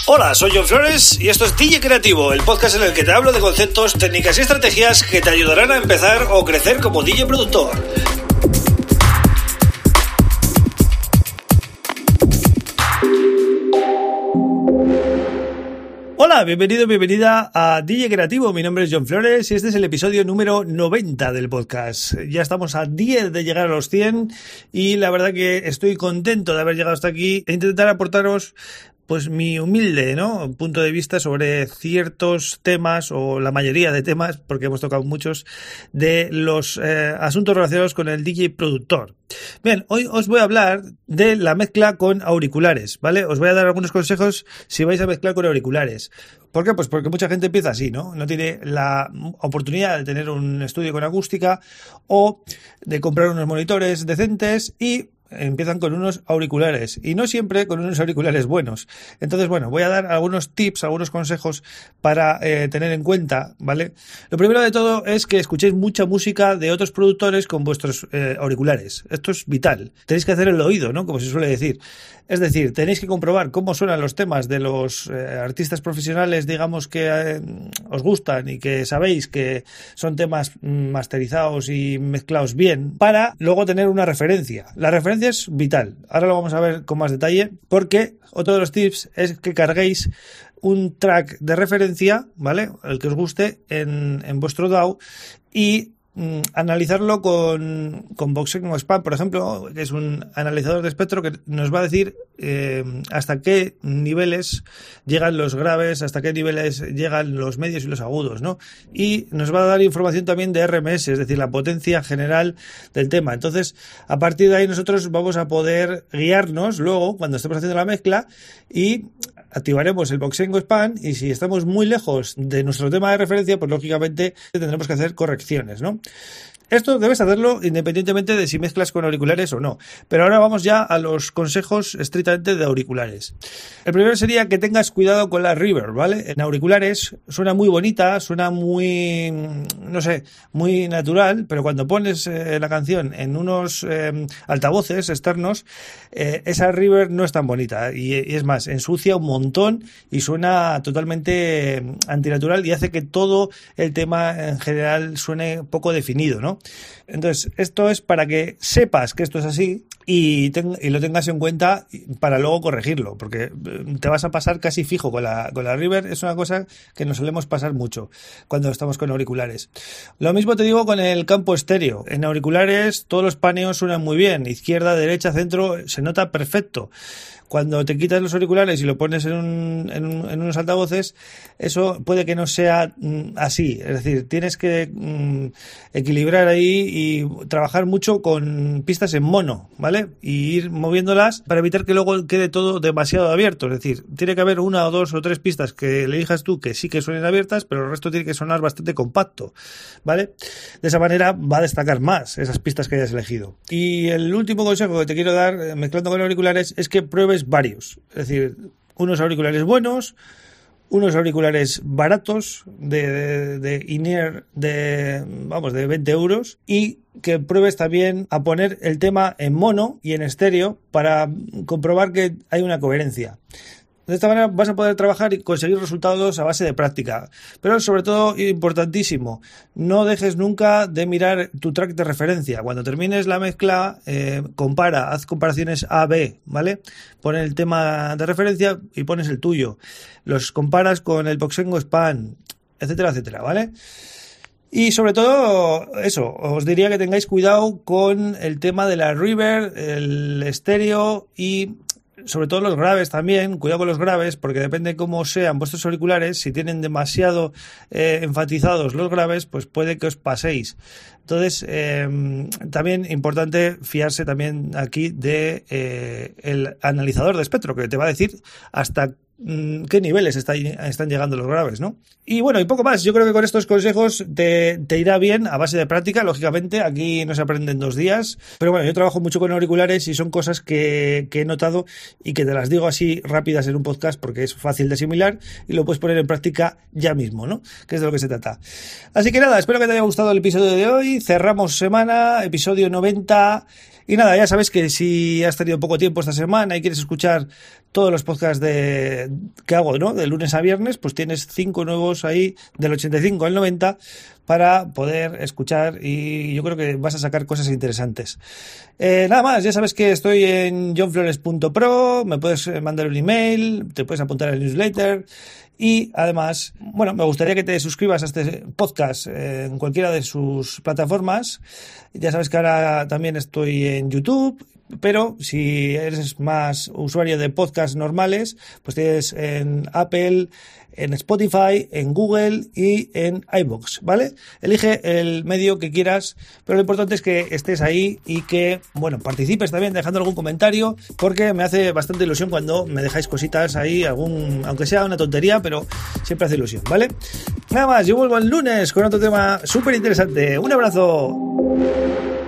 Hola, soy John Flores y esto es DJ Creativo, el podcast en el que te hablo de conceptos, técnicas y estrategias que te ayudarán a empezar o crecer como DJ productor. Hola, bienvenida a DJ Creativo. Mi nombre es John Flores y este es el episodio número 90 del podcast. Ya estamos a 10 de llegar a los 100 y la verdad que estoy contento de haber llegado hasta aquí e intentar aportaros pues mi humilde, punto de vista sobre ciertos temas o la mayoría de temas, porque hemos tocado muchos, de los asuntos relacionados con el DJ productor. Bien, hoy os voy a hablar de la mezcla con auriculares, ¿vale? Os voy a dar algunos consejos si vais a mezclar con auriculares. ¿Por qué? Pues porque mucha gente empieza así, ¿no? No tiene la oportunidad de tener un estudio con acústica o de comprar unos monitores decentes y empiezan con unos auriculares y no siempre con unos auriculares buenos. Entonces, bueno, voy a dar algunos tips, algunos consejos para tener en cuenta, ¿vale? Lo primero de todo es que escuchéis mucha música de otros productores con vuestros auriculares. Esto es vital. Tenéis que hacer el oído, ¿no? Como se suele decir. Es decir, tenéis que comprobar cómo suenan los temas de los artistas profesionales, digamos, que os gustan y que sabéis que son temas masterizados y mezclados bien, para luego tener una referencia. La referencia es vital. Ahora lo vamos a ver con más detalle, porque otro de los tips es que carguéis un track de referencia, ¿vale? El que os guste en vuestro DAW y analizarlo con Voxengo Span, por ejemplo, que es un analizador de espectro que nos va a decir hasta qué niveles llegan los graves, hasta qué niveles llegan los medios y los agudos, ¿no? Y nos va a dar información también de RMS, es decir, la potencia general del tema. Entonces, a partir de ahí nosotros vamos a poder guiarnos luego cuando estemos haciendo la mezcla y activaremos el Voxengo Span, y si estamos muy lejos de nuestro tema de referencia, pues lógicamente tendremos que hacer correcciones, ¿no? Esto debes hacerlo independientemente de si mezclas con auriculares o no. Pero ahora vamos ya a los consejos estrictamente de auriculares. El primero sería que tengas cuidado con la reverb, ¿vale? En auriculares suena muy bonita, suena muy, muy natural, pero cuando pones la canción en unos altavoces externos, esa reverb no es tan bonita y es más, ensucia un montón y suena totalmente antinatural y hace que todo el tema en general suene poco definido, ¿no? Entonces, esto es para que sepas que esto es así y lo tengas en cuenta para luego corregirlo, porque te vas a pasar casi fijo con la reverb. Es una cosa que nos solemos pasar mucho cuando estamos con auriculares. Lo mismo te digo con el campo estéreo. En auriculares todos los paneos suenan muy bien, izquierda, derecha, centro, se nota perfecto. Cuando te quitas los auriculares y lo pones en unos altavoces, eso puede que no sea así. Es decir, tienes que equilibrar ahí y trabajar mucho con pistas en mono, ¿vale? Y ir moviéndolas para evitar que luego quede todo demasiado abierto. Es decir, tiene que haber una o dos o tres pistas que le elijas tú que sí que suenen abiertas, pero el resto tiene que sonar bastante compacto, ¿vale? De esa manera va a destacar más esas pistas que hayas elegido. Y el último consejo que te quiero dar, mezclando con auriculares, es que pruebes varios, es decir, unos auriculares buenos, unos auriculares baratos de in-ear de 20 euros, y que pruebes también a poner el tema en mono y en estéreo para comprobar que hay una coherencia. De esta manera vas a poder trabajar y conseguir resultados a base de práctica. Pero sobre todo, importantísimo, no dejes nunca de mirar tu track de referencia. Cuando termines la mezcla, haz comparaciones A-B, ¿vale? Pon el tema de referencia y pones el tuyo. Los comparas con el Voxengo Span, etcétera, etcétera, ¿vale? Y sobre todo, eso, os diría que tengáis cuidado con el tema de la reverb, el estéreo y sobre todo los graves también. Cuidado con los graves, porque depende cómo sean vuestros auriculares. Si tienen demasiado enfatizados los graves, pues puede que os paséis. Entonces, también importante fiarse también aquí de el analizador de espectro, que te va a decir hasta qué niveles están llegando los graves, ¿no? Y bueno, y poco más. Yo creo que con estos consejos te irá bien a base de práctica. Lógicamente, aquí no se aprende en 2 días. Pero bueno, yo trabajo mucho con auriculares y son cosas que he notado y que te las digo así rápidas en un podcast porque es fácil de asimilar y lo puedes poner en práctica ya mismo, ¿no? Que es de lo que se trata. Así que nada, espero que te haya gustado el episodio de hoy. Cerramos semana, episodio 90. Y nada, ya sabes que si has tenido poco tiempo esta semana y quieres escuchar todos los podcasts que hago, ¿no?, de lunes a viernes, pues tienes 5 nuevos ahí, del 85 al 90, para poder escuchar, y yo creo que vas a sacar cosas interesantes. Nada más, ya sabes que estoy en johnflores.pro, me puedes mandar un email, te puedes apuntar al newsletter, y además, bueno, me gustaría que te suscribas a este podcast en cualquiera de sus plataformas. Ya sabes que ahora también estoy en YouTube, pero si eres más usuario de podcasts normales, pues tienes en Apple, en Spotify, en Google y en iVoox, ¿vale? Elige el medio que quieras, pero lo importante es que estés ahí y que, bueno, participes también dejando algún comentario, porque me hace bastante ilusión cuando me dejáis cositas ahí, aunque sea una tontería, pero siempre hace ilusión, ¿vale? Nada más, yo vuelvo el lunes con otro tema súper interesante. ¡Un abrazo!